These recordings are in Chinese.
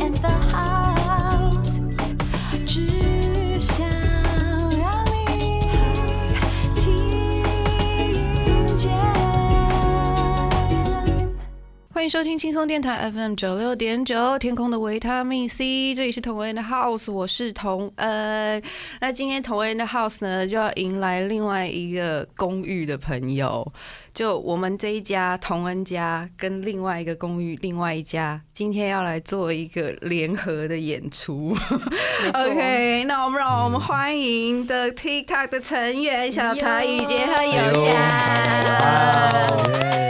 in the house， 只想让你听见。欢迎收听轻松电台 FM 96.9，天空的维他命 C， 这里是同恩的 House， 我是同恩。那今天同恩的 House 呢，就要迎来另外一个公寓的朋友，就我们这一家同恩家跟另外一个公寓另外一家，今天要来做一个联合的演出。OK， 那让我们欢迎的 TikTok 的成员小茶与结合有虾。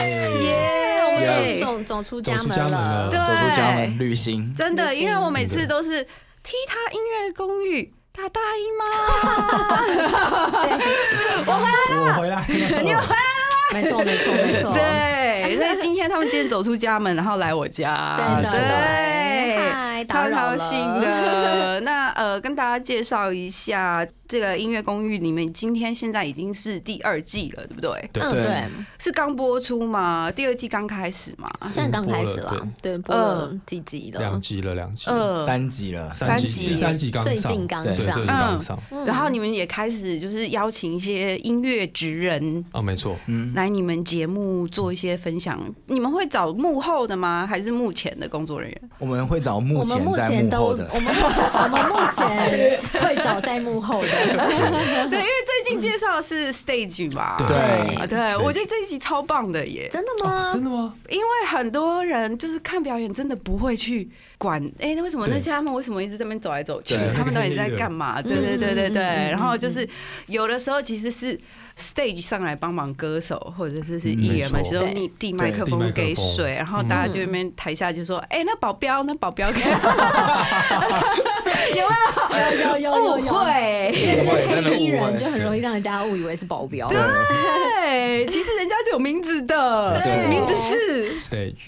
走出家门了， 走出家门旅行， 真的，因为我每次都是踢踏音乐公寓，大大姨妈， 我回来了， 你们回来了吗？ 没错， 对，所以今天他们今天走出家门，然后来我家，对，超高兴的。那跟大家介绍一下。这个音乐公寓里面，今天现在已经是第2季了，对不对？ 对， 是刚播出吗？第2季刚开始吗？ 算刚开始了，对，播了几集了 ？2集了，3集了，第3集刚上， 最近刚上， 然后你们也开始就是邀请一些音乐职人没错， 来你们节目做一些分享。你们会找幕后的吗？还是幕前的工作人员？ 我们会找幕前在幕后的， 我们目前会找在幕后的。 对，因为最近介绍的是 Stage 嘛，对，我觉得这一集超棒的耶！ 真的吗？ 真的吗？ 因为很多人就是看表演，真的不会去管，那为什么那些他们为什么一直在那边走来走去？他们到底在干嘛？对，然后就是有的时候其实是 Stage 上来帮忙歌手或者是艺人们，就你递麦克风给水，然后大家就那边台下就说：“那保镖，那保镖。”有没有误会？ 因为黑衣人就很容易让人家误以为是保镖。 对，其实人家是有名字的，名字是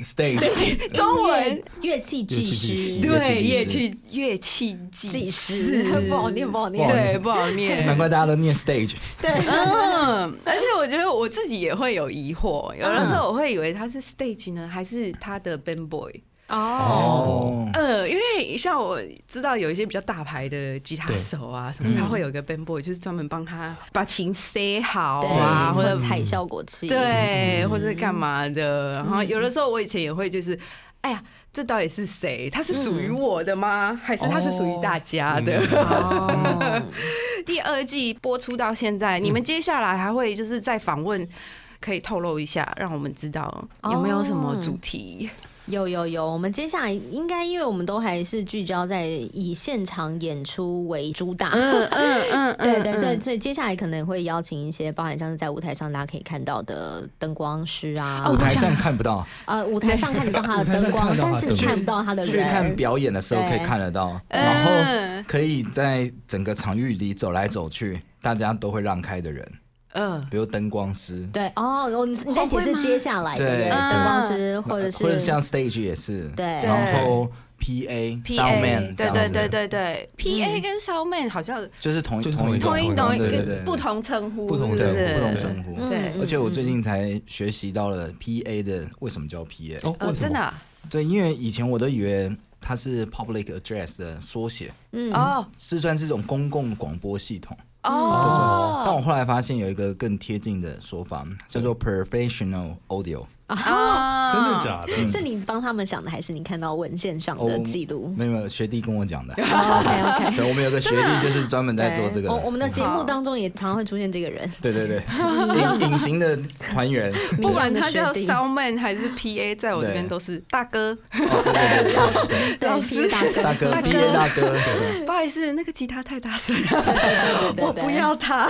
Stage， 中文乐器技师。 对，乐器技师不好念， 对，不好念， 难怪大家都念 Stage。 对， 而且我觉得我自己也会有疑惑，有的时候我会以为他是 Stage 呢，还是他的 Band Boy。因为像我知道有一些比较大牌的吉他手啊什么，他会有一个 band boy， 就是专门帮他把琴塞好啊，或者踩效果器， 对，或者干嘛的。然后有的时候我以前也会就是，哎呀，这到底是谁？他是属于我的吗？还是他是属于大家的？第2季播出到现在，你们接下来还会就是再访问，可以透露一下，让我们知道有没有什么主题？ 有，我们接下来应该，因为我们都还是聚焦在以现场演出为主打，对，所以接下来可能会邀请一些，包含像是在舞台上大家可以看到的灯光师啊， 舞台上看不到， 舞台上看得到他的灯光，但是你看不到他的人。 去看表演的时候可以看得到，然后可以在整个场域里走来走去，大家都会让开的人。比如灯光师， 对你在解释接下来的灯光师，或者是像 Stage 也是， 对， 然后 PA，Soundman， 对 ，PA 跟 Soundman 好像就是同一个不同称呼， 不同称呼， 对。 而且我最近才学习到了 PA 的为什么叫 PA， 真的，对， 因为以前我都以为它是 Public Address 的缩写，是算是这种公共广播系统。但我后来发现有一个更贴近的说法，叫做 Professional Audio。 真的假的？ 是你帮他们想的，还是你看到文献上的记录？ 没有，学弟跟我讲的。 OK， 对，我们有个学弟就是专门在做这个。 我们的节目当中也常常会出现这个人。 对，隐形的团员， 不管他叫 Soundman 还是 PA， 在我这边都是大哥。 老师大哥 PA 大哥。对， 不好意思，那个吉他太大声了，我不要他。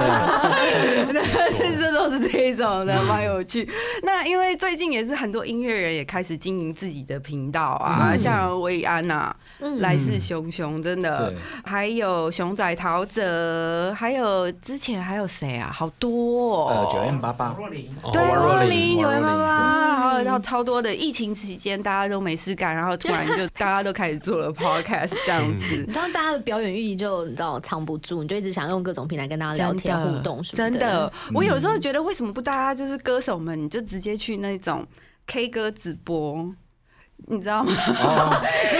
这都是这种的，蛮有趣。那因为最近也是很多音乐人也开始经营自己的频道啊，像维安啊，来势汹汹，真的，还有熊仔陶喆，还有之前还有谁啊？好多 9M88， 对，若琳9M88，然后超多的。疫情期间大家都没事干，然后突然就大家都开始做了 podcast 这样子。 你知道大家的表演欲就你知道藏不住，你就一直想用各种平台跟大家聊天互动什么的。 真的，我有时候觉得为什么不大家就是歌手们，你就直接去那种 K 歌直播，你知道吗？就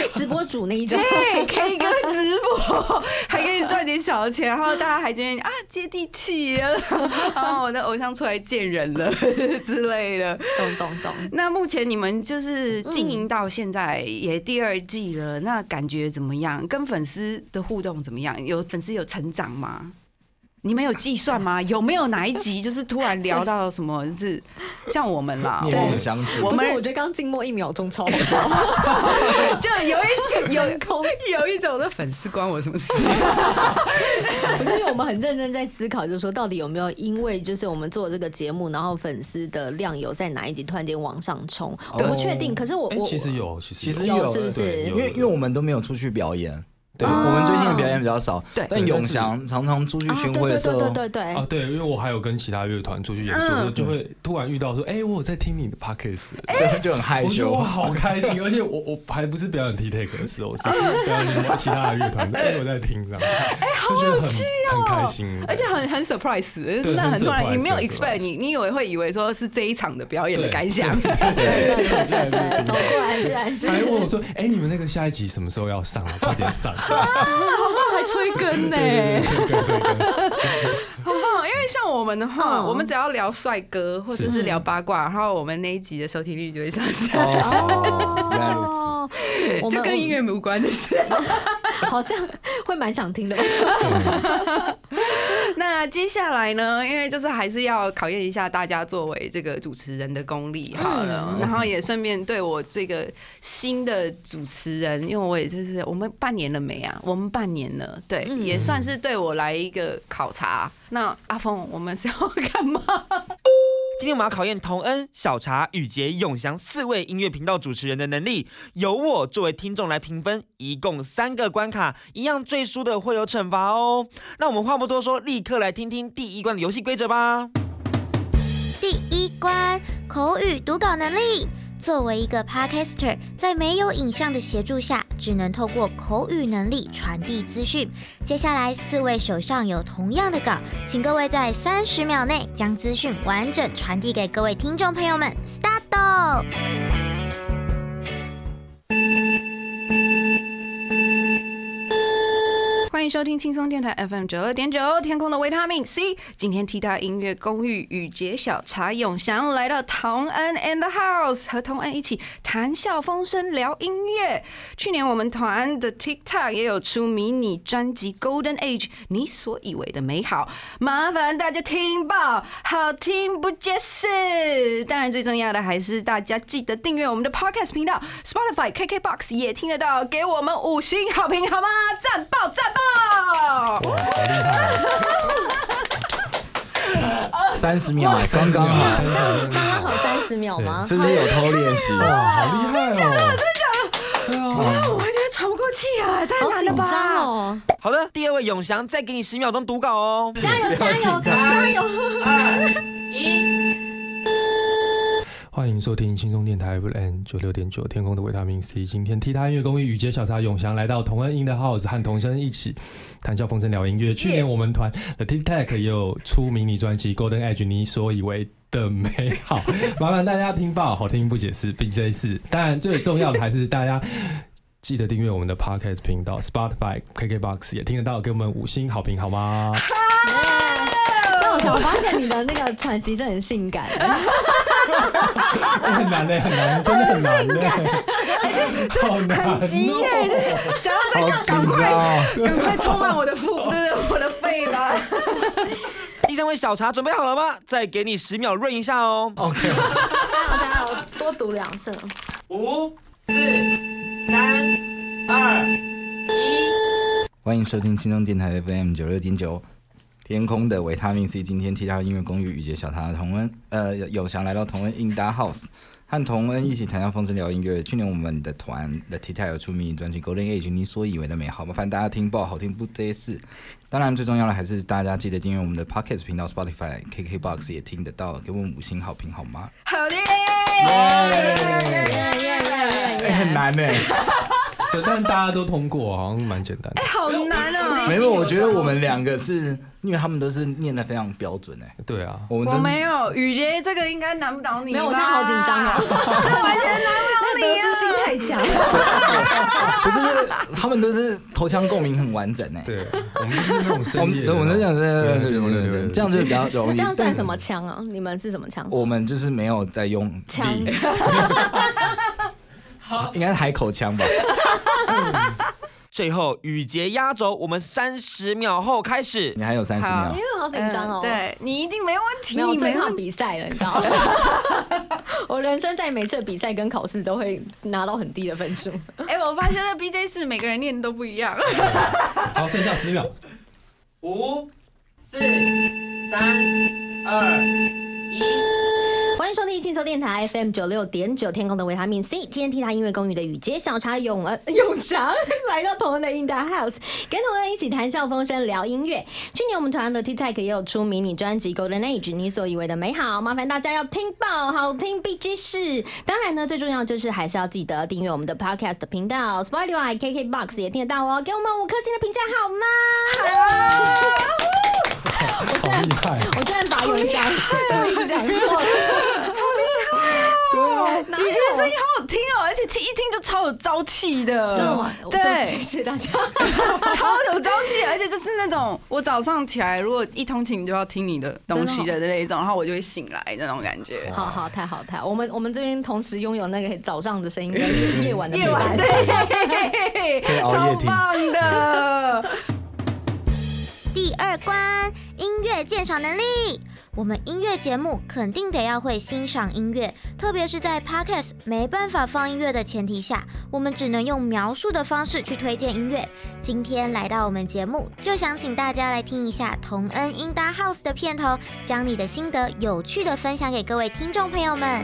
直播主那一种， 对，K 歌直播还可以赚点小钱，然后大家还觉得啊接地气了，然后我的偶像出来见人了之类的。 懂。 那目前你们就是经营到现在也第2季了，那感觉怎么样？跟粉丝的互动怎么样？有粉丝有成长吗？你们有计算吗？有没有哪一集就是突然聊到什么？就是像我们啦， 面面相觑。 我觉得刚静默1秒钟超好笑， 就有一种的粉丝关我什么事？ 不是因为我们很认真在思考，就是说到底有没有因为就是我们做这个节目，然后粉丝的量有在哪一集突然间往上冲？我不确定，可是我其实有， 是不是？ 因为我们都没有出去表演。对，我们最近的表演比较少，但永祥常常出去巡回的时候， 对， 因为我还有跟其他乐团出去演出，就会突然遇到说，我有在听你的 podcast， 就很害羞， 我好开心，而且我还不是表演 T-Take 的时候，是表演其他的乐团，我在听这样， 好有趣很开心， 而且很 surprise， 真的很突然，你没有 expect， 你以为说是这一场的表演的感想， 对，走过来居然是， 还问我说，你们那个下一集什么时候要上啊？快点上。 好棒，还催更呢！ 催更， 好棒。因为像我们的话，我们只要聊帅哥或者是聊八卦，然后我们那一集的收听率就会上升。 原来如此，就跟音乐无关的事， 好像会蛮想听的。 那接下来呢？因为就是还是要考验一下大家作为这个主持人的功力好了，然后也顺便对我这个新的主持人，因为我也就是我们半年了没啊？我们半年了，对，也算是对我来一个考察。那阿峰，我们是要干嘛？ 今天我们要考验童恩、小茶、雨杰、永祥4位音乐频道主持人的能力，由我作为听众来评分，一共3个关卡，一样最输的会有惩罚哦。那我们话不多说，立刻来听听第1关的游戏规则吧。 第1关，口语读稿能力。作为一个 podcaster， 在没有影像的协助下，只能透过口语能力传递资讯。接下来4位手上有同样的稿，请各位在30秒内将资讯完整传递给各位听众朋友们。Start！ 欢迎收听轻松电台 FM 96.9，天空的维他命 C。今天踢踏音乐公寓，雨杰、小茶、永祥来到童恩 and the house， 和童恩一起谈笑风生聊音乐。去年我们团的 TikTok 也有出迷你专辑 Golden Age， 你所以为的美好，麻烦大家听爆，好听不解释。当然最重要的还是大家记得订阅我们的 Podcast 频道 ，Spotify、KKBox 也听得到，给我们5星好评好吗？赞爆赞爆！ 哇，好厉害 ！30秒，刚刚好， 这样刚刚好30秒吗？ 是不是有偷练习？ 哇，好厉害哦！ 真的，对啊，我觉得喘不过气啊，太难了吧？ 好紧张哦！ 好的，第2位永祥，再给你10秒钟读稿哦。 加油加油加油 ！2、1。 欢迎收听轻松电台 FM 96.9天空的维他命 C。今天踢踏音乐公寓，雨杰、小茶、永祥来到童恩 in the house， 和童声一起谈笑风生聊音乐。去年我们团的 TikTok 也有出迷你专辑 Golden Age， 你所以为的美好，麻烦大家听爆，好听不解释 BJ4。当然最重要的还是大家记得订阅我们的 Podcast 频道 ，Spotify、KKBox 也听得到，给我们5星好评好吗？ 我发现你的那个喘息真的很性感。 很难嘞，很难，真的很难嘞，好难， 很急耶，想要再赶快充满我的腹，对我的肺吧。 第3位小茶准备好了吗？再给你10秒润一下哦。 OK， 加油，多读2次。 5、4、3、2、1。 欢迎收听轻松电台 FM 96.9。天空的维他命 C， 今天踢踏音乐公寓，雨杰、小茶、童恩，永祥来到童恩 in the house， 和童恩一起谈笑风生聊音乐。去年我们的团的 TikTok 有出迷你专辑 Golden Age， 你所以为的美好，麻烦大家听爆，好听不这些事。当然最重要的还是大家记得订阅我们的 Podcast 频道 ，Spotify、KKBox 也听得到，给我们5星好评好吗？ 好的， 很难呢。 对，但大家都通过，好像蛮简单的。 好难哦！ 没有，我觉得我们2个是因为他们都是念得非常标准哎。 对啊， 我没有，雨杰这个应该难不倒你。 没有，我现在好紧张哦， 完全难不倒你啊！ 得失心太强。 不是，他们都是头腔共鸣很完整哎。 对，我们就是那种深夜。 我们就讲对，这样就比较容易。 这样算什么腔啊？你们是什么腔？ 我们就是没有在用腔， 应该是海口腔吧。 最后雨杰压轴，我们30秒后开始。 你还有30秒， 因为好紧张哦。 对你一定没问题， 没有最怕比赛了，你知道吗？我人生在每次比赛跟考试都会拿到很低的分数。 我发现在 BJ4每个人念的都不一样。 好，剩下10秒。 5、4、3、2、1。 欢迎收听轻松电台 FM 96.9天空的维他命 C。今天替他音乐公寓的雨杰、小茶、永祥来到同恩的 In the House， 跟同恩一起谈笑风生聊音乐。去年我们团的 TikTok 也有出迷你专辑 Golden Age， 你所以为的美好，麻烦大家要听爆，好听 BG4。当然呢，最重要就是还是要记得订阅我们的 Podcast 频道 ，Spotify、KKBox 也听得到哦。给我们5颗星的评价好吗？ 好厉害！ 我居然把永祥一直讲错了。 雨杰的声音好好听哦，而且一听就超有朝气的。 真的吗？对，谢谢大家。 超有朝气，而且就是那种我早上起来如果一通勤就要听你的东西的那一种，然后我就会醒来那种感觉。 好，太好。我们这边同时拥有那个早上的声音跟夜晚的陪伴， 对，可以熬夜听， 超棒的。 第2关，音乐鉴赏能力。我们音乐节目肯定得要会欣赏音乐，特别是在 Podcast 没办法放音乐的前提下，我们只能用描述的方式去推荐音乐。今天来到我们节目，就想请大家来听一下同恩 In the House 的片头，将你的心得有趣的分享给各位听众朋友们。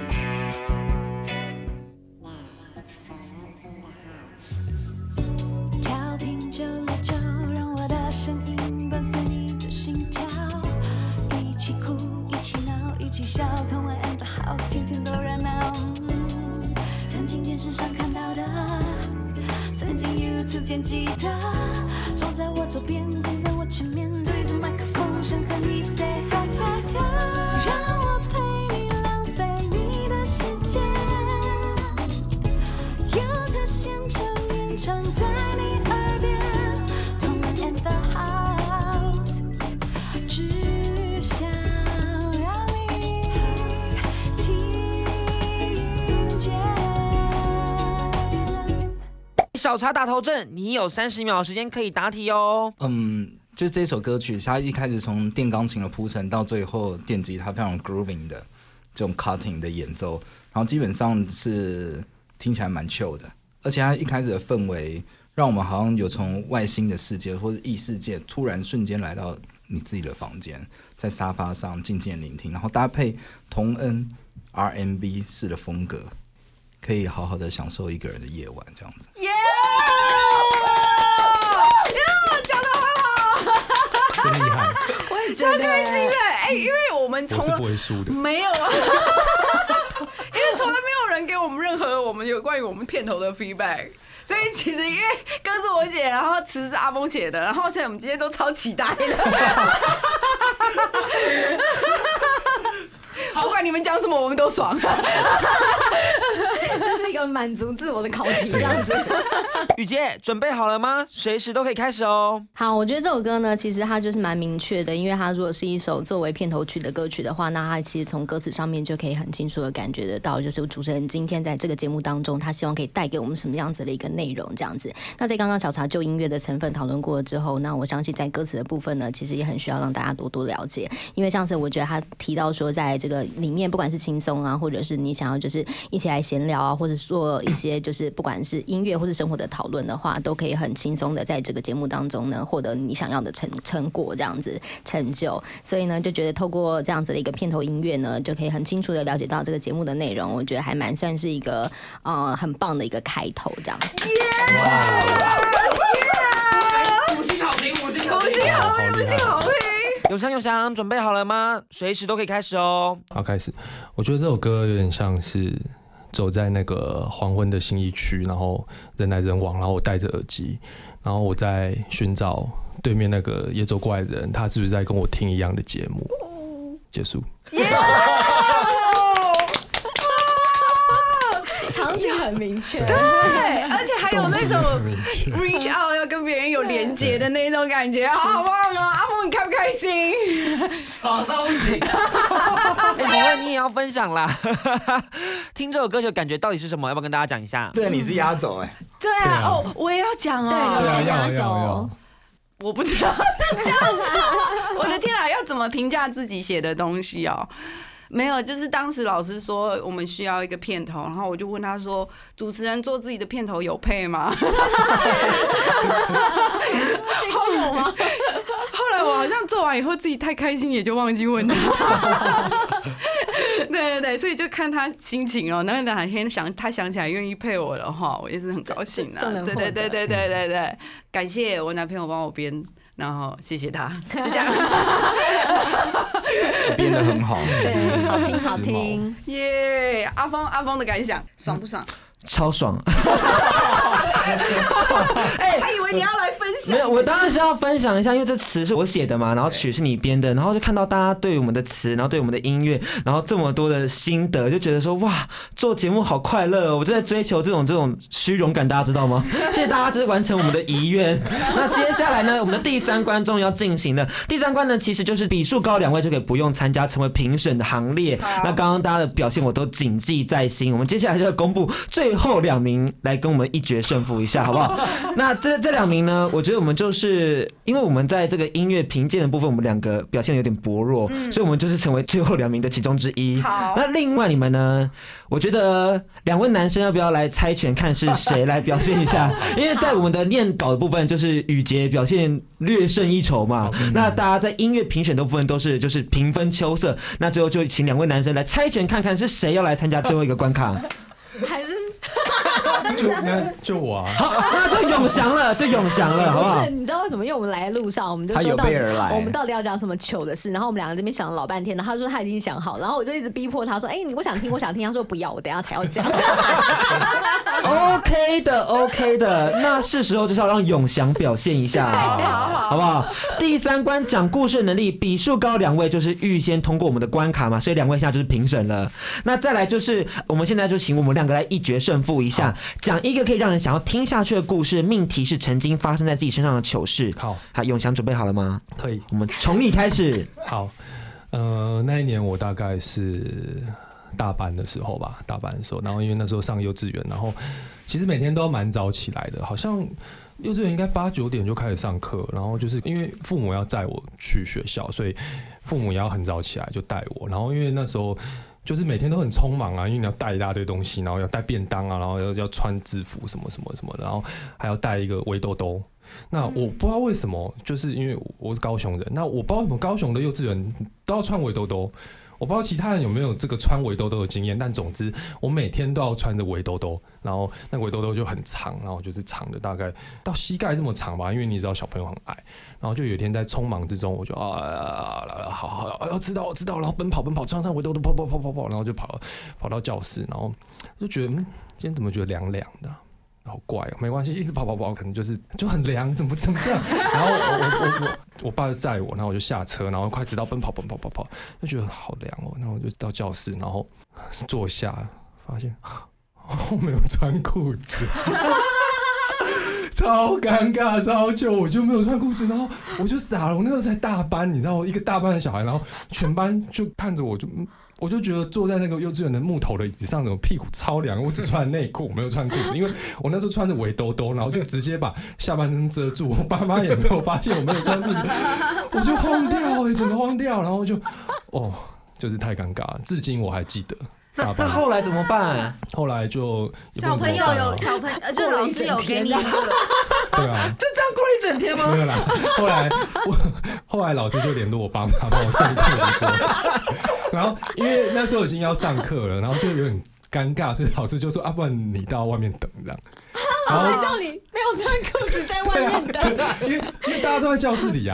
调频969，让我的声音伴随你的心跳，一起哭，一起闹，一起笑，同恩 and the house， 天天都热闹。曾经电视上看到的，曾经 YouTube 见吉他，坐在我左边，站在我前面，对着麦克风，想和你 say hi hi hi， 让我陪你浪费你的时间，有他现场演唱在你耳边，同恩 and the house， 只想让你听见。 小茶打头阵，你有30秒的时间可以答题哦。 就这首歌曲，它一开始从电钢琴的铺陈到最后电吉他非常 grooving 的这种 cutting 的演奏，然后基本上是听起来蛮 chill 的，而且它一开始的氛围让我们好像有从外星的世界或者异世界突然瞬间来到你自己的房间，在沙发上静静聆听，然后搭配同恩 R&B 式的风格，可以好好的享受一个人的夜晚这样子。 真厉害， 我也觉得超开心的，因为我们我是不会输的。 没有啊，因为从来没有人给我们任何有关于我们片头的 feedback， 所以其实因为歌是我写，然后词是阿峰写的，然后现在我们今天都超期待的。不管你们讲什么，我们都爽。 这是一个满足自我的考题，这样子。 雨杰准备好了吗？随时都可以开始哦。 好，我觉得这首歌呢，其实它就是蛮明确的，因为它如果是一首作为片头曲的歌曲的话，那它其实从歌词上面就可以很清楚的感觉得到，就是主持人今天在这个节目当中，他希望可以带给我们什么样子的一个内容，这样子。那在刚刚小茶就音乐的成分讨论过之后，那我相信在歌词的部分呢，其实也很需要让大家多多了解，因为像是我觉得他提到说，在这个里面，不管是轻松啊，或者是你想要就是一起来闲聊啊，或者做一些就是不管是音乐或是生活的讨论的话，都可以很轻松的在这个节目当中呢，获得你想要的成果这样子成就。所以呢，就觉得透过这样子的一个片头音乐呢，就可以很清楚的了解到这个节目的内容。我觉得还蛮算是一个很棒的一个开头这样子。 五星好评，五星好评，五星好评。 永祥，准备好了吗？随时都可以开始哦。 好，开始。我觉得这首歌有点像是走在那个黄昏的信义区，然后人来人往，然后我戴着耳机，然后我在寻找对面那个也走过来的人，他是不是在跟我听一样的节目？结束。 场景很明确， 对，而且还有那种 reach out 要跟别人有连结的那种感觉，好棒啊！阿峰，你开不开心？ 啥东西？ 同恩你也要分享啦！听这首歌曲的感觉到底是什么？要不要跟大家讲一下？ 对，你是压轴哎。 对啊，哦，我也要讲哦。 对，你是压轴。 我不知道这样子，我的天啊，要怎么评价自己写的东西哦？没有，就是当时老师说我们需要一个片头，然后我就问他说，主持人做自己的片头有配吗？ 结果有吗？ 后来我好像做完以后自己太开心，也就忘记问他。对，所以就看他心情哦。那哪天他想起来愿意配我的话，我也是很高兴的。对，感谢我男朋友帮我编，然后谢谢他，就这样。 编得很好， 对，好听， 耶！阿峰的感想，爽不爽？ 超爽！ 还以为你要来分享。 没有，我当然是要分享一下，因为这词是我写的嘛，然后曲是你编的，然后就看到大家对我们的词，然后对我们的音乐，然后这么多的心得，就觉得说哇，做节目好快乐哦！我就在追求这种虚荣感，大家知道吗？谢谢大家，就是完成我们的遗愿。那接下来呢，我们的第3关终于要进行了。第3关呢，其实就是比数高2位就可以不用参加，成为评审的行列。那刚刚大家的表现我都谨记在心。我们接下来就要公布最后2名来跟我们一决胜负一下，好不好？那这2名呢，我觉得我们就是因为我们在这个音乐评鉴的部分，我们2个表现有点薄弱，所以我们就是成为最后2名的其中之一。好，那另外你们呢？我觉得2位男生要不要来猜拳，看是谁来表现一下？因为在我们的念稿的部分，就是宇杰表现略胜一筹嘛。那大家在音乐评选的部分都是就是平分秋色。那最后就请2位男生来猜拳，看看是谁要来参加最后一个关卡。 还是就我啊！ 好，那就永祥了，好不好？ 不是，你知道为什么？因为我们来的路上，我们就说到我们到底要讲什么糗的事，然后我们2个这边想了老半天，然后他说他已经想好，然后我就一直逼迫他说：“我想听。”他说：“不要，我等一下才要讲。” OK 的，那是时候就是要让永祥表现一下，好不好？第3关讲故事的能力，比数高2位就是预先通过我们的关卡嘛，所以2位现在就是评审了。那再来就是我们现在就请我们2个来一决胜负一下，讲一个可以让人想要听下去的故事，命题是曾经发生在自己身上的糗事。 好， 永祥准备好了吗？ 可以， 我们从你开始。 好，那一年我大概是大班的时候吧，然后因为那时候上幼稚园，然后其实每天都要蛮早起来的，好像幼稚园应该8、9点就开始上课，然后就是因为父母要载我去学校，所以父母也要很早起来就带我，然后因为那时候就是每天都很匆忙啊，因为你要带一大堆东西，然后要带便当啊，然后要穿制服什么的，然后还要带一个围兜兜。那我不知道为什么，就是因为我是高雄人，那我不知道为什么高雄的幼稚园都要穿围兜兜。我不知道其他人有没有这个穿围兜兜的经验，但总之我每天都要穿着围兜兜，然后那围兜兜就很长，然后就是长的大概到膝盖这么长吧，因为你知道小朋友很矮，然后就有一天在匆忙之中，我就好，知道，然后奔跑，穿上围兜兜跑，然后就跑到教室，然后就觉得今天怎么觉得凉凉的。好怪哦，没关系，一直跑，可能就很凉，怎么这样？然后我爸就载我，然后我就下车，然后快直到奔跑，就觉得好凉哦，然后我就到教室，然后坐下，发现我没有穿裤子，超尴尬，超糗，我就没有穿裤子，然后我就傻了，我那时候才大班，你知道，一个大班的小孩，然后全班就看着我就觉得坐在那个幼稚园的木头的椅子上，我屁股超凉。我只穿内裤，没有穿裤子，因为我那时候穿着围兜兜，然后就直接把下半身遮住。我爸妈也没有发现我没有穿裤子，我就慌掉，整个慌掉，然后就是太尴尬了，至今我还记得。 那后来怎么办？ 后来就小朋友就老师有给你一个， 对啊， 就这样过了一整天吗？ 没有啦，后来老师就联络我爸妈帮我送裤子过来，然后因为那时候已经要上课了，然后就有点尴尬，所以老师就说不然你到外面等这样。 所以叫你没有穿裤子在外面等， 因为大家都在教室里啊，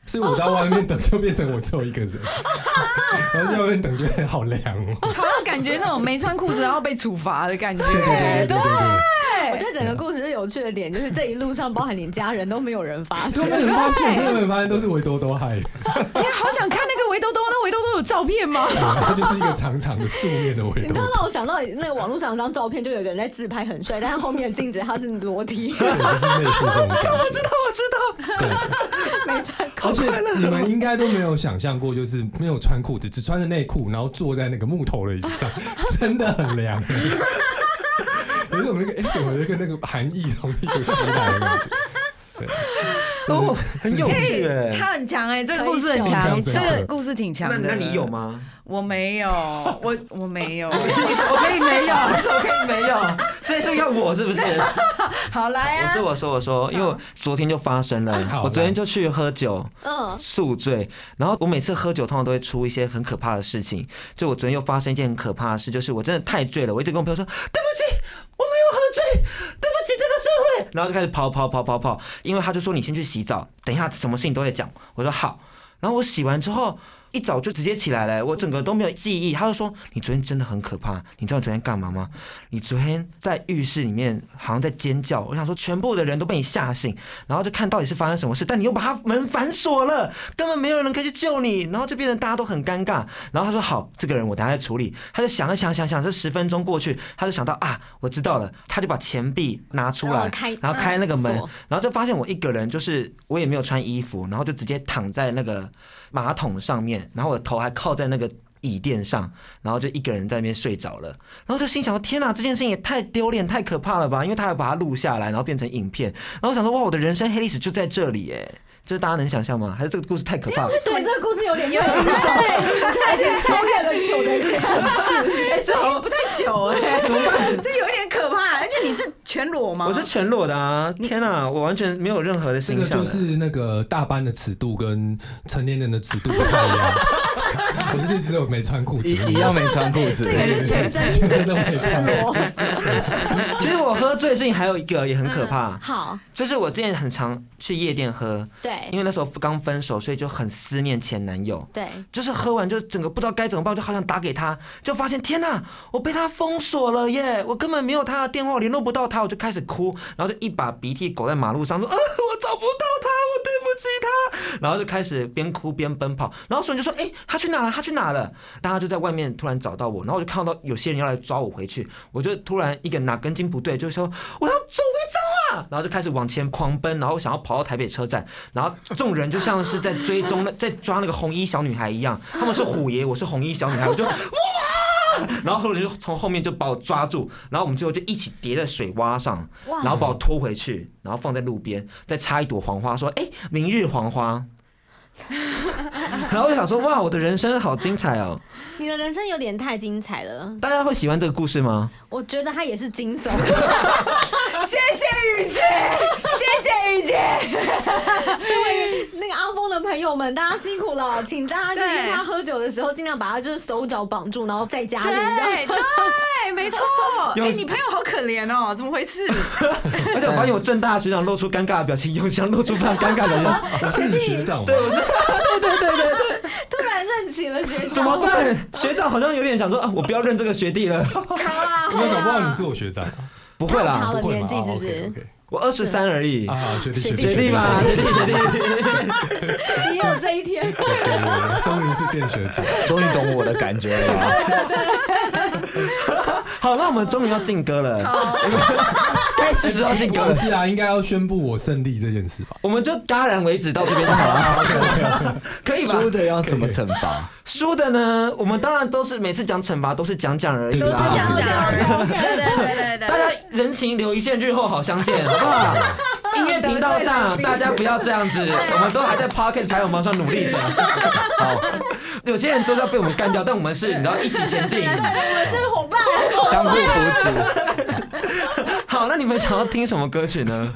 所以我在外面等就变成我只有一个人，然后在外面等觉得好凉哦， 好像感觉那种没穿裤子然后被处罚的感觉。 对。 我觉得整个故事有趣的点就是这一路上，包含连家人都没有人发现， 都没有发现，真的没有发现，都是维多多害的。 你好想看那个维多多，那维多多有照片吗？ 它就是一个长长的素面的维多多。 你知道让我想到那个网络上有张照片，就有个人在自拍很帅，但是后面的镜子他是裸体。 对，就是类似这种感觉。 我知道。 对，没穿裤子。 而且你们应该都没有想象过，就是没有穿裤子，只穿着内裤，然后坐在那个木头的椅子上，真的很凉。有种那个怎么有一个那个寒意从一个袭来的感觉。对， 哦，很有趣哎， 他很强哎，这个故事很强，这个故事挺强的。 那你有吗？ 我没有，我没有， 我可以没有，我可以没有，所以说要我是不是？ 好来啊！ 我说，因为我昨天就发生了，我昨天就去喝酒，宿醉，然后我每次喝酒通常都会出一些很可怕的事情，就我昨天又发生一件很可怕的事，就是我真的太醉了，我一直跟我朋友说对不起，我没有喝醉，对不起这个社会，然后就开始跑，因为他就说你先去洗澡，等一下什么事情都会讲，我说好，然后我洗完之后。一早就直接起来了，我整个都没有记忆。他就说：“你昨天真的很可怕，你知道你昨天干嘛吗？你昨天在浴室里面好像在尖叫。”我想说，全部的人都被你吓醒，然后就看到底是发生什么事，但你又把他门反锁了，根本没有人可以去救你，然后就变成大家都很尴尬。然后他说：“好，这个人我等下再处理。”他就想，这10分钟过去，他就想到啊，我知道了，他就把钱币拿出来，然后开那个门，然后就发现我一个人，就是我也没有穿衣服，然后就直接躺在那个马桶上面。然后我的头还靠在那个椅垫上，然后就一个人在那边睡着了，然后就心想：天哪，这件事情也太丢脸、太可怕了吧！因为他还把它录下来，然后变成影片，然后我想说：哇，我的人生黑历史就在这里耶！就是大家能想象吗？还是这个故事太可怕了？ 对，这个故事有点精彩，它已经超越了糗的这个层次。 这好像不太糗哎，怎么办？这有一点可怕，而且你是全裸吗？ 我是全裸的啊！天哪，我完全没有任何的形象。 这个就是那个大班的尺度跟成年人的尺度不太一样。我就是只有没穿裤子， 一样没穿裤子， 这个是全身都没穿。 其实我喝醉的事情还有一个也很可怕， 好， 就是我之前很常去夜店喝， 对， 因为那时候刚分手，所以就很思念前男友， 对， 就是喝完就整个不知道该怎么办，就好想打给他，就发现天哪，我被他封锁了耶，我根本没有他的电话，我联络不到他，我就开始哭，然后就一把鼻涕狗在马路上说，我找不到他，我对不起他，然后就开始边哭边奔跑，然后所有人就说，他去哪了？他去哪了？大家就在外面突然找到我，然后我就看到有些人要来抓我回去，我就突然一个哪根筋不对，就说我要走违章啊，然后就开始往前狂奔，然后想要跑到台北车站，然后众人就像是在追踪在抓那个红衣小女孩一样，他们是虎爷，我是红衣小女孩，我就哇，然后后人就从后面就把我抓住，然后我们最后就一起叠在水洼上，然后把我拖回去，然后放在路边，再插一朵黄花，说明日黄花。然后我就想说，哇，我的人生好精彩哦！ 你的人生有点太精彩了。 大家会喜欢这个故事吗？ 我觉得它也是惊悚。 谢谢雨姐，谢谢雨姐。 身为那个阿峰的朋友们，大家辛苦了，请大家就是他喝酒的时候，尽量把他就是手脚绑住，然后在家里。 对，没错。你朋友好可怜哦，怎么回事？ 而且我发现我正大学长露出尴尬的表情，永祥露出非常尴尬的人。 我是你学长吗？ 对，我是。对。 突然认起了学长， 怎么办？学长好像有点想说我不要认这个学弟了。 因为搞不好你是我学长。 不会啦， 差了年纪是不是？ 我23而已啊，学弟嘛，学弟。 你也有这一天， 终于是变学长， 终于懂我的感觉了。 好，那我们终于要进歌了，该是时候进歌了。 是啊，应该要宣布我胜利这件事吧？ 我们就戛然为止到这边就好了，可以吧？ 输的要怎么惩罚？ 输的呢，我们当然都是每次讲惩罚都是讲而已啦， 都是讲而已。对。 大家人情留一线，日后好相见，好不好？音乐频道上大家不要这样子，我们都还在 Podcast 排行榜上努力着。好，有些人就是要被我们干掉，但我们是你知道一起前进， 我们是伙伴， 相互扶持。 好，那你们想要听什么歌曲呢？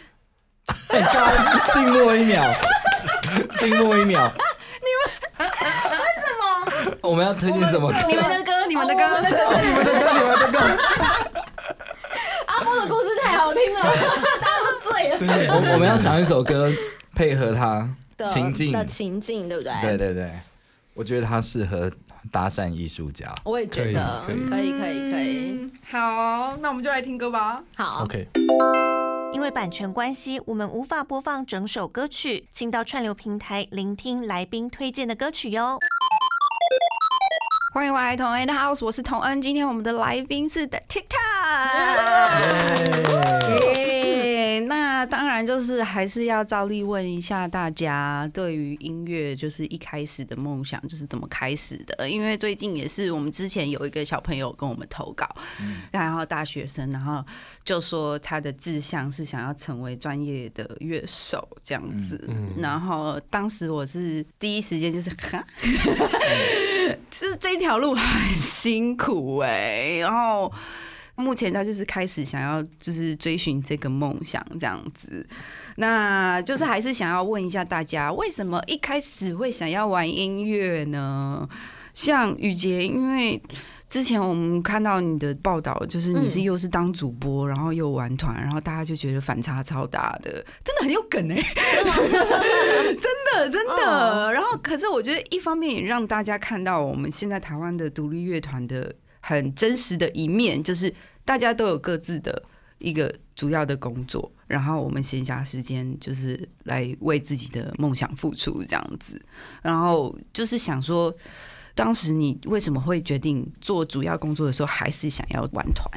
静默一秒，静默一秒。 你们为什么？ 我们要推荐什么歌？ 你们的歌。 阿峰的故事太好听了，大家都醉了。 我们要想一首歌配合他， 情境的情境，对不对？ 对对对，我觉得他适合搭讪艺术家。 我也觉得可以。 好，那我们就来听歌吧。 好 ，OK。 因为版权关系，我们无法播放整首歌曲，请到串流平台聆听来宾推荐的歌曲哟。 欢迎回来同恩的 house， 我是同恩。今天我们的来宾是的 TikTok， 那当然就是还是要照例问一下大家，对于音乐就是一开始的梦想就是怎么开始的？因为最近也是我们之前有一个小朋友跟我们投稿，然后大学生，然后就说他的志向是想要成为专业的乐手这样子，然后当时我是第一时间就是哈。是这条路很辛苦然后目前他就是开始想要就是追寻这个梦想这样子，那就是还是想要问一下大家，为什么一开始会想要玩音乐呢？像雨洁，因为之前我们看到你的报道，就是你是又是当主播，然后又玩团，然后大家就觉得反差超大的，真的很有梗真的。然后可是我觉得一方面也让大家看到我们现在台湾的独立乐团的很真实的一面，就是大家都有各自的一个主要的工作，然后我们闲暇时间就是来为自己的梦想付出这样子，然后就是想说。当时你为什么会决定做主要工作的时候，还是想要玩团？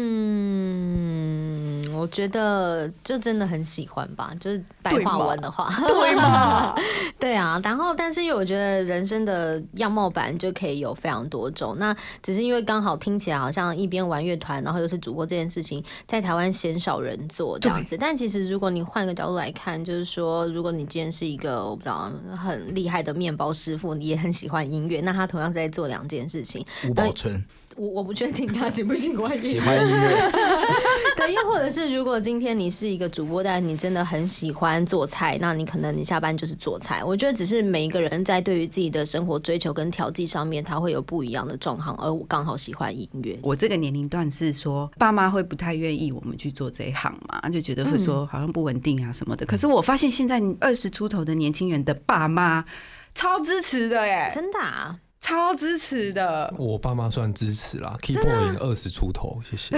我觉得就真的很喜欢吧，就是白话文的话， 对吗？ 对啊。然后，但是因为我觉得人生的样貌版就可以有非常多种，那只是因为刚好听起来好像一边玩乐团，然后又是主播这件事情，在台湾鲜少人做这样子。但其实如果你换个角度来看，就是说，如果你今天是一个我不知道很厉害的面包师傅，你也很喜欢音乐，那他同样在做2件事情。 吴宝春。 我不确定他喜不喜欢音乐， 喜欢音乐。 对，又或者是如果今天你是一个主播，但你真的很喜欢做菜，那你可能你下班就是做菜。我觉得只是每一个人在对于自己的生活追求跟调剂上面，他会有不一样的状况，而我刚好喜欢音乐。 我这个年龄段是说，爸妈会不太愿意我们去做这一行嘛，就觉得会说好像不稳定啊什么的。可是我发现现在20出头的年轻人的爸妈超支持的真的啊。 超支持的， 我爸妈算支持啦 ，Keep Point 20出头，谢谢。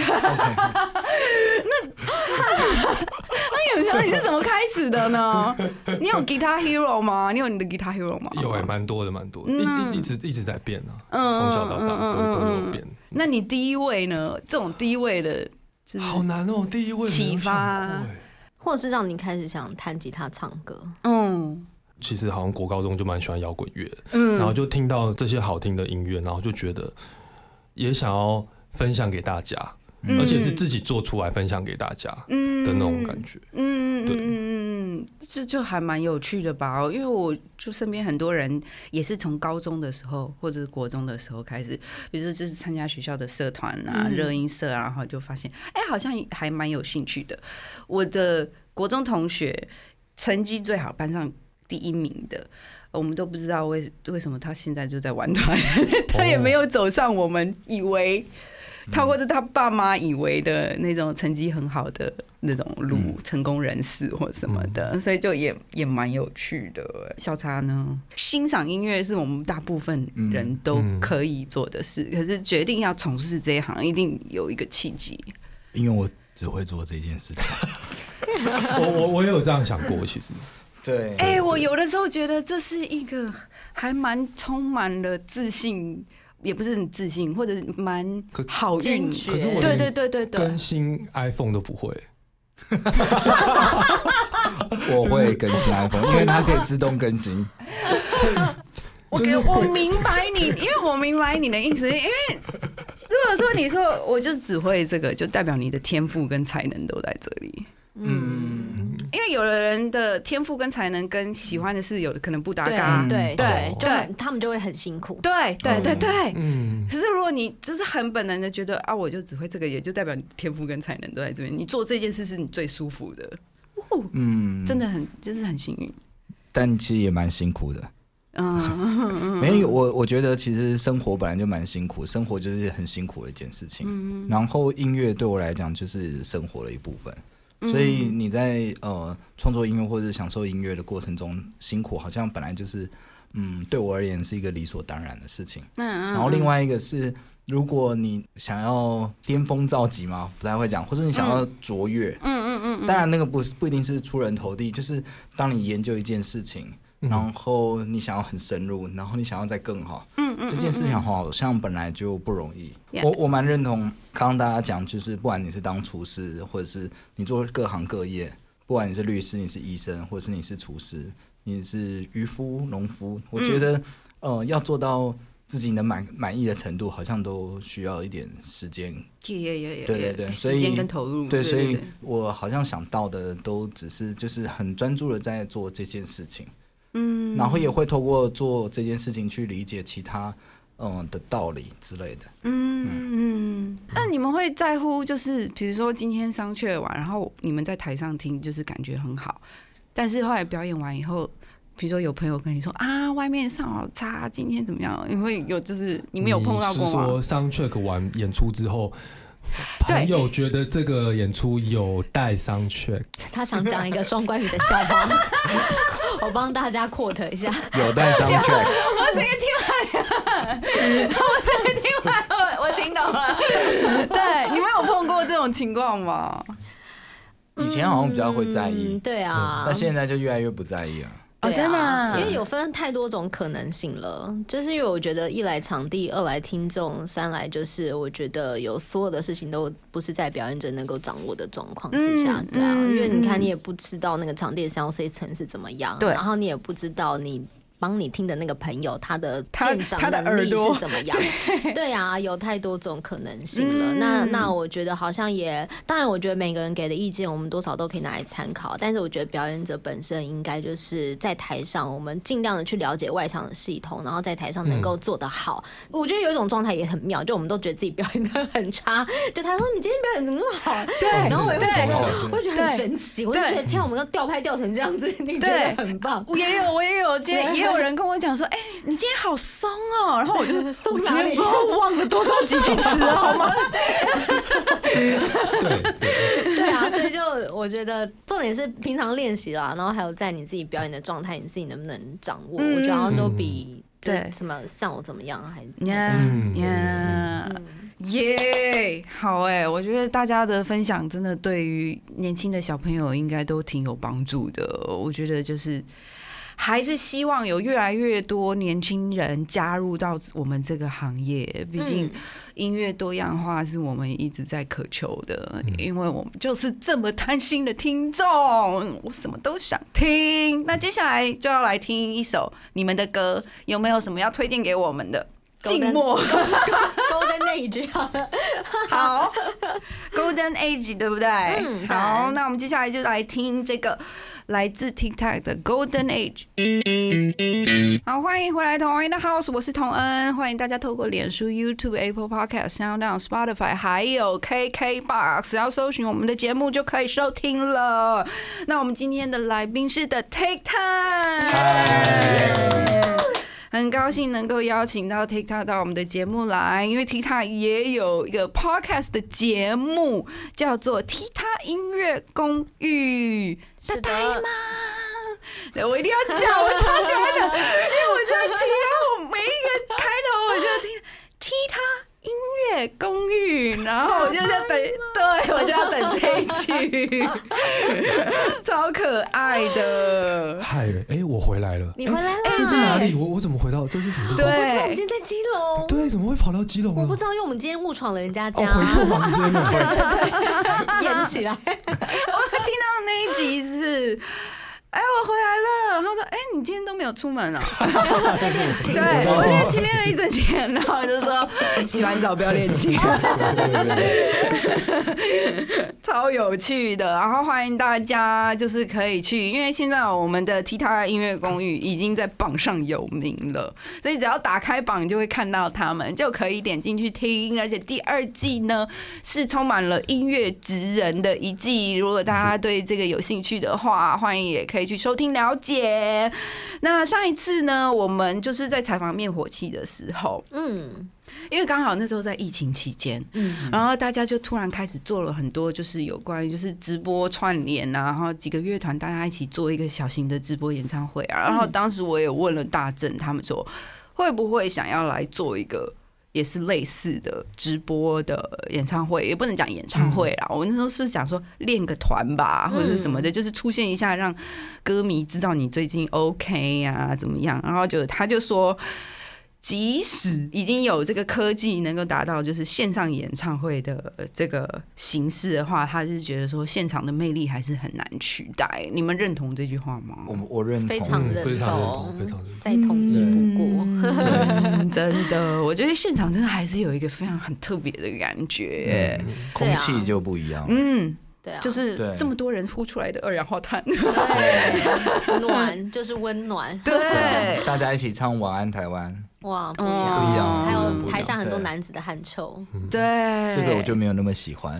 那有你是怎么开始的呢？你有 Guitar Hero 吗？你有你的 Guitar Hero 吗？ 有蛮多的，一直在变啊，从小到大都有变。 那你第一位呢？这种第一位的， 好难哦，第一位启发， 或者是让你开始想弹吉他唱歌， 其实好像国高中就蛮喜欢摇滚乐的，然后就听到这些好听的音乐，然后就觉得也想要分享给大家，而且是自己做出来分享给大家的那种感觉。 就还蛮有趣的吧，因为我就身边很多人也是从高中的时候或者是国中的时候开始，比如说就是参加学校的社团啊、热音社啊，然后就发现好像还蛮有兴趣的。我的国中同学成绩最好，班上第1名的，我们都不知道为什么他现在就在玩团，他也没有走上我们以为他或者他爸妈以为的那种成绩很好的那种路，成功人士或什么的，所以就也蛮有趣的。小茶呢，欣赏音乐是我们大部分人都可以做的事，可是决定要从事这一行，一定有一个契机。 因为我只会做这件事情。 我也有这样想过，其实。 对， 我有的时候觉得这是一个还蛮充满了自信，也不是很自信，或者蛮好运。 可是我对， 更新 iPhone 都不会。 我会更新 iPhone， 因为它可以自动更新。 我明白你，因为我明白你的意思，因为如果说你说我就只会这个，就代表你的天赋跟才能都在这里。因为有的人的天赋跟才能跟喜欢的事有的可能不搭嘎， 对，他们就会很辛苦。 对。可是如果你就是很本能的觉得我就只会这个，也就代表你天赋跟才能都在这边，你做这件事是你最舒服的。真的就是很幸运， 但其实也蛮辛苦的。没有，我觉得其实生活本来就蛮辛苦，生活就是很辛苦的一件事情。然后音乐对我来讲就是生活的一部分， 所以你在创作音乐或者享受音乐的过程中辛苦，好像本来就是对我而言是一个理所当然的事情。然后另外一个是，如果你想要巅峰造极嘛，不太会讲，或者你想要卓越，当然那个不一定是出人头地，就是当你研究一件事情，然后你想要很深入，然后你想要再更好，这件事情好像本来就不容易。我蛮认同刚刚大家讲，就是不管你是当厨师，或者是你做各行各业，不管你是律师、你是医生，或者是你是厨师、你是渔夫、农夫，我觉得要做到自己能满意的程度，好像都需要一点时间。对，所以时间跟投入。 对，所以我好像想到的都只是就是很专注的在做这件事情。然后也会透过做这件事情去理解其他的道理之类的。 那你们会在乎，就是比如说今天soundcheck完，然后你们在台上听，就是感觉很好，但是后来表演完以后，比如说有朋友跟你说啊，外面上好差，今天怎么样？你会有就是你们有碰到过吗？ 是说soundcheck完演出之后，朋友觉得这个演出有带soundcheck， 他想讲一个双关语的笑话，我帮大家 quote 一下， 有带soundcheck。 我这个听完，我听懂了。对，你们有碰过这种情况吗？ 以前好像比较会在意， 对啊， 但现在就越来越不在意了。 真的，因为有分太多种可能性了。就是因为我觉得一来场地，二来听众，三来就是我觉得有所有的事情都不是在表演者能够掌握的状况之下，对啊，因为你看你也不知道那个场地的消费层是怎么样，然后你也不知道你帮你听的那个朋友他的鉴赏能力是怎么样？对啊，有太多种可能性了。那我觉得好像也，当然我觉得每个人给的意见我们多少都可以拿来参考，但是我觉得表演者本身应该就是在台上，我们尽量的去了解外场的系统，然后在台上能够做得好。我觉得有一种状态也很妙，就我们都觉得自己表演得很差，就他说你今天表演怎么那么好？对，然后我也会觉得，我觉得很神奇，我就觉得天，我们要调拍调成这样子，你觉得很棒？ 我也有，今天也有人跟我讲说，你今天好松哦，然后我就我今天不知道忘了多少几句词了，好吗？ 对啊，所以就我觉得重点是平常练习啦，然后还有在你自己表演的状态，你自己能不能掌握，我觉得好像都比对什么像我怎么样还好我觉得大家的分享真的对于年轻的小朋友应该都挺有帮助的。我觉得就是还是希望有越来越多年轻人加入到我们这个行业，毕竟音乐多样化是我们一直在渴求的，因为我们就是这么贪心的听众，我什么都想听。那接下来就要来听一首你们的歌，有没有什么要推荐给我们的？静默 Golden Age 好 Golden Age 对不对？好，那我们接下来就来听这个来自 TikTok 的 Golden Age。 好，欢迎回来同恩的 House， 我是同恩，欢迎大家透过脸书、YouTube、Apple Podcast、SoundOn、Spotify 还有 KKBox 要搜寻我们的节目就可以收听了。那我们今天的来宾是的 TikTok，很高兴能够邀请到 TikTok 到我们的节目来，因为 TikTok 也有一个 podcast 的节目叫做 TikTok 音乐公寓。 是的吗？对，我一定要讲，我超喜欢的，因为我就听到我每一个开头我就听 TikTok 音乐公寓，然后我就在等，对，我就要等这一句，超可爱的。 嗨，我回来了， 你回来了， 这是哪里？我怎么回到？这是什么地方？ 我不知道，我们今天在基隆。 对，怎么会跑到基隆呢？ 我不知道，因为我们今天误闯了人家家， 回错房间了， 演起来。 我听到那一集是。我回来了，然后说，你今天都没有出门啊？对，我练琴练了一整天，然后就说洗完澡不要练琴，超有趣的。然后欢迎大家就是可以去，因为现在我们的 TikTok 音乐公寓已经在榜上有名了，所以只要打开榜就会看到他们，就可以点进去听。而且第2季呢是充满了音乐职人的一季，如果大家对这个有兴趣的话，欢迎也可以去收听了解。那上一次呢，我们就是在采访灭火器的时候， 因为刚好那时候在疫情期间，然后大家就突然开始做了很多，就是有关于就是直播串联啊，然后几个乐团大家一起做一个小型的直播演唱会啊。然后当时我也问了大正，他们说会不会想要来做一个也是类似的直播的演唱会，也不能讲演唱会啦。我那时候是想说练个团吧，或者是什么的，就是出现一下，让歌迷知道你最近 OK 啊怎么样。然后他就说，即使已经有这个科技能够达到就是线上演唱会的这个形式的话，他是觉得说现场的魅力还是很难取代。你们认同这句话吗？ 我认同， 非常认同， 非常认同，非常认同， 再同意不过。 真的，我觉得现场真的还是有一个非常很特别的感觉， 空气就不一样。 对啊， 就是这么多人呼出来的二氧化碳， 对，暖就是温暖， 对， 大家一起唱晚安台湾。 哇，不一样，还有台下很多对男子的汗臭， 对， 这个我就没有那么喜欢。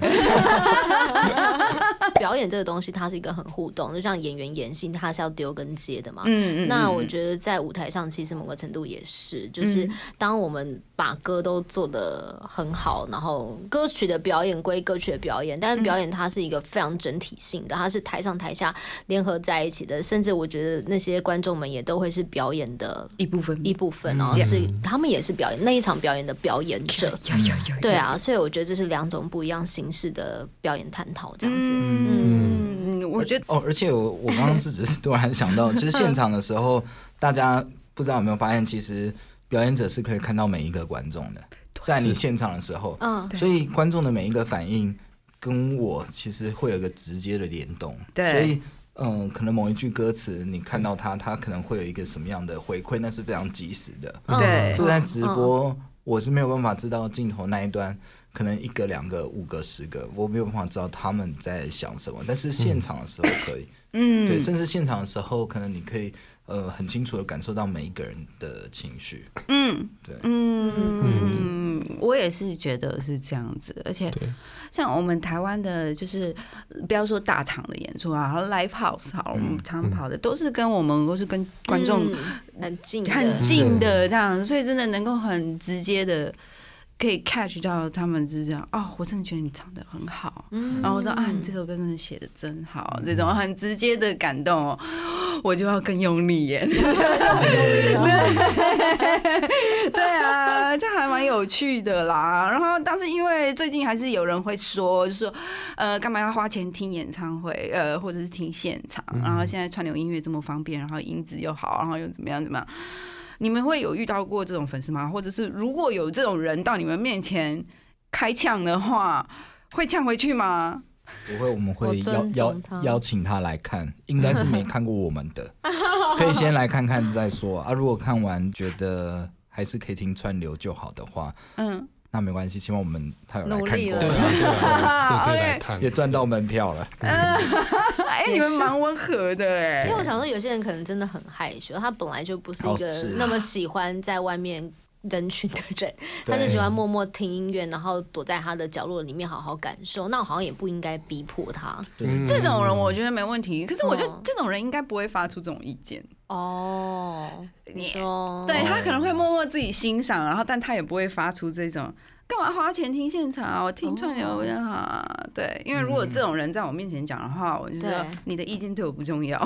表演这个东西，它是一个很互动，就像演员演戏，它是要丢跟接的嘛。那我觉得在舞台上，其实某个程度也是，就是当我们把歌都做得很好，然后歌曲的表演归歌曲的表演，但是表演它是一个非常整体性的，它是台上台下联合在一起的，甚至我觉得那些观众们也都会是表演的一部分哦，是他们也是表演那一场表演的表演者。对啊，所以我觉得这是两种不一样形式的表演探讨，这样子。 我觉得而且我刚刚只是突然想到，就是现场的时候，大家不知道有没有发现，其实表演者是可以看到每一个观众的，在你现场的时候，所以观众的每一个反应跟我其实会有一个直接的联动，所以可能某一句歌词你看到他可能会有一个什么样的回馈，那是非常及时的。 对， 就在直播，我是没有办法知道镜头那一端可能1个、2个、5个、10个，我没有办法知道他们在想什么，但是现场的时候可以，对，甚至现场的时候，可能你可以很清楚的感受到每一个人的情绪，对， 我也是觉得是这样子，而且像我们台湾的，就是不要说大场的演出啊，然后 live house 好了，我们常跑的都是跟观众很近的这样，所以真的能够很直接的。可以 catch 到他们是这样我真的觉得你唱得很好，然后我说你这首歌真的写得真好，这种很直接的感动我就要更用力演。对啊，就还蛮有趣的啦。然后但是因为最近还是有人会说，就是说干嘛要花钱听演唱会，或者是听现场，然后现在串流音乐这么方便，然后音质又好，然后又怎么样。你们会有遇到过这种粉丝吗？或者是如果有这种人到你们面前开呛的话，会呛回去吗？ 不会，我们会邀请他来看，应该是没看过我们的，可以先来看看再说啊。如果看完觉得还是可以听串流就好的话，那没关系，起码他有来看过， 对啊，可以来看， 也赚到门票了。 你们蛮温和的哎， 因为我想说有些人可能真的很害羞，他本来就不是一个那么喜欢在外面人群的人，他就喜欢默默听音乐，然后躲在他的角落里面好好感受。那我好像也不应该逼迫他。 这种人我觉得没问题，可是我觉得这种人应该不会发出这种意见。你说，对，他可能会默默自己欣赏，然后但他也不会发出这种。干嘛花钱听现场我听串流比较好。对，因为如果这种人在我面前讲的话，我就觉得你的意见对我不重要。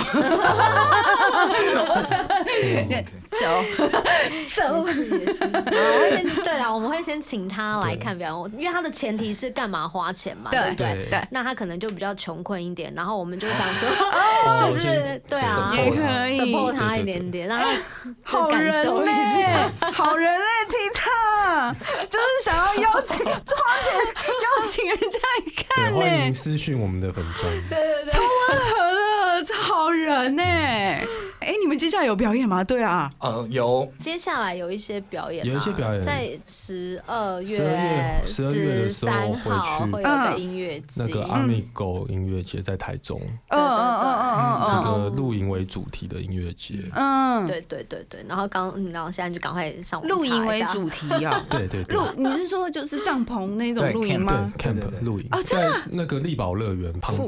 走。 也是。对啦，我们会先请他来看表演，因为他的前提是干嘛花钱嘛，对不对？对。那他可能就比较穷困一点，然后我们就想说，就是对啊， 也可以 support 他一点点，让他就感受一下。 好人嘞，TikTok 就是想要邀请花钱邀请人家来看呢。 欢迎私讯我们的粉专， 对，超温和的，超好人呢。你们接下来有表演吗？对啊， 有。 接下来有一些表演， 有一些表演， 在12月13号会有个音乐节， 那个阿米狗音乐节在台中， 那个露营为主题的音乐节， 对，然后现在就赶快上网露营为主题啊， 对， 你是说就是帐篷那种露营吗？ camp 露营，在那个力宝乐园旁边。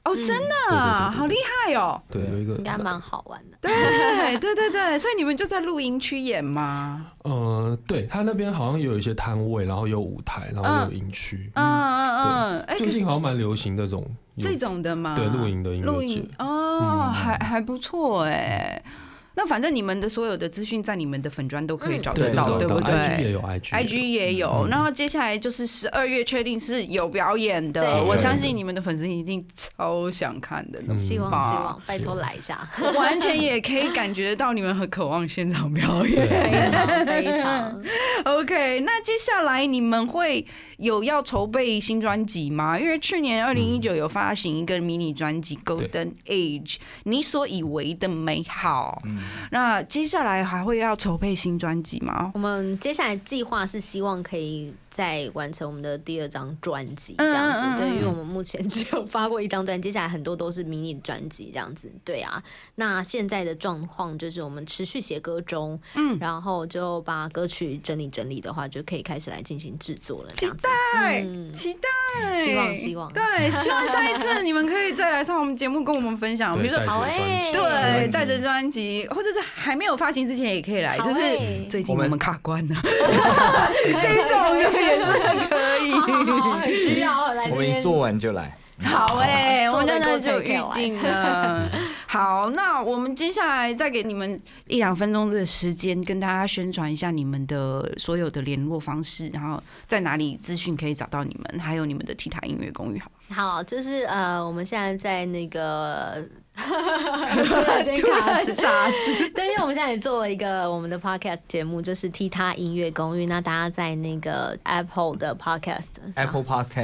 哦，真的，好厉害哦！ 对，有一个应该蛮好玩的。 对，所以你们就在露营区演吗？ 对他那边好像有一些摊位，然后有舞台，然后有营区。最近好像蛮流行这种的吗？对，露营的音乐节。 还不错哎。那反正你们的所有的资讯在你们的粉专都可以找得到，对不对 ？IG 也有 ，IG 也有。然后接下来就是12月确定是有表演的，我相信你们的粉丝一定超想看的。 希望，拜托来一下。 完全也可以感觉到你们很渴望现场表演， 非常。 OK， 那接下来你们会有要筹备新专辑吗？因为去年2019有发行一个迷你专辑《Golden Age》，你所以为的美好。那接下来还会要筹备新专辑吗？ 我们接下来计划是希望可以再完成我们的第2张专辑这样子。对，因为我们目前只有发过1张专辑，接下来很多都是迷你专辑这样子。对啊，那现在的状况就是我们持续写歌中，然后就把歌曲整理的话，就可以开始来进行制作了。这样子， 期待， 希望， 对，希望下一次你们可以再来上我们节目跟我们分享，比如说对，带着专辑，或者是还没有发行之前也可以来，就是最近我们卡关了，这种的也是很可以， 很需要来。 我们一做完就来。 好我们现在就预定了。好，那我们接下来再给你们1-2分钟的时间，跟大家宣传一下你们的所有的联络方式，然后在哪里资讯可以找到你们，还有你们的 T 塔音乐公寓。 好，就是我们现在在那个。 突然傻子。 对，因为我们现在也做了一个我们的 podcast 节目，就是 T 塔音乐公寓。那大家在那个 Apple 的 podcast、Apple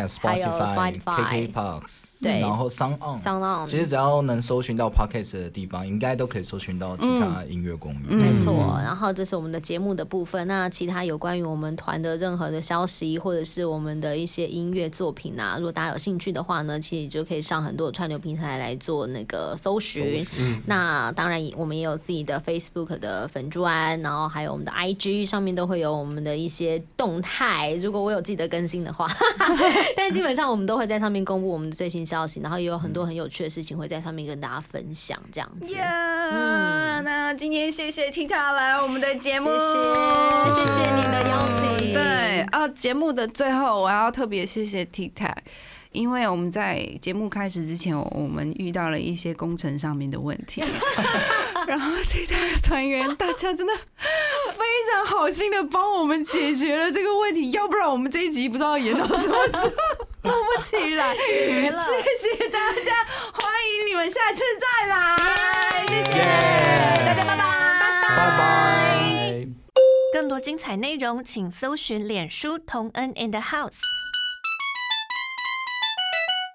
Podcast、Spotify、KKBOX。 对， 然后 Sound On， 其实只要能搜寻到 Podcast 的地方，应该都可以搜寻到 T 塔音乐公寓。 没错，然后这是我们的节目的部分。那其他有关于我们团的任何的消息，或者是我们的一些音乐作品啊，如果大家有兴趣的话呢，其实就可以上很多串流平台来做那个搜寻。那当然，我们也有自己的 Facebook 的粉专，然后还有我们的 IG 上面都会有我们的一些动态。如果我有记得更新的话，但基本上我们都会在上面公布我们的最新消息，然后也有很多很有趣的事情会在上面跟大家分享，这样子。 那今天谢谢 T 塔来我们的节目， 谢谢您的邀请。 对节目的最后我要特别谢谢 T 塔。因为我们在节目开始之前，我们遇到了一些工程上面的问题，然后T塔的团员大家真的非常好心的帮我们解决了这个问题，要不然我们这一集不知道演到什么时候播不起来。谢谢大家，欢迎你们下次再来，谢谢大家，拜拜。 更多精彩内容，请搜寻脸书同恩 in the house。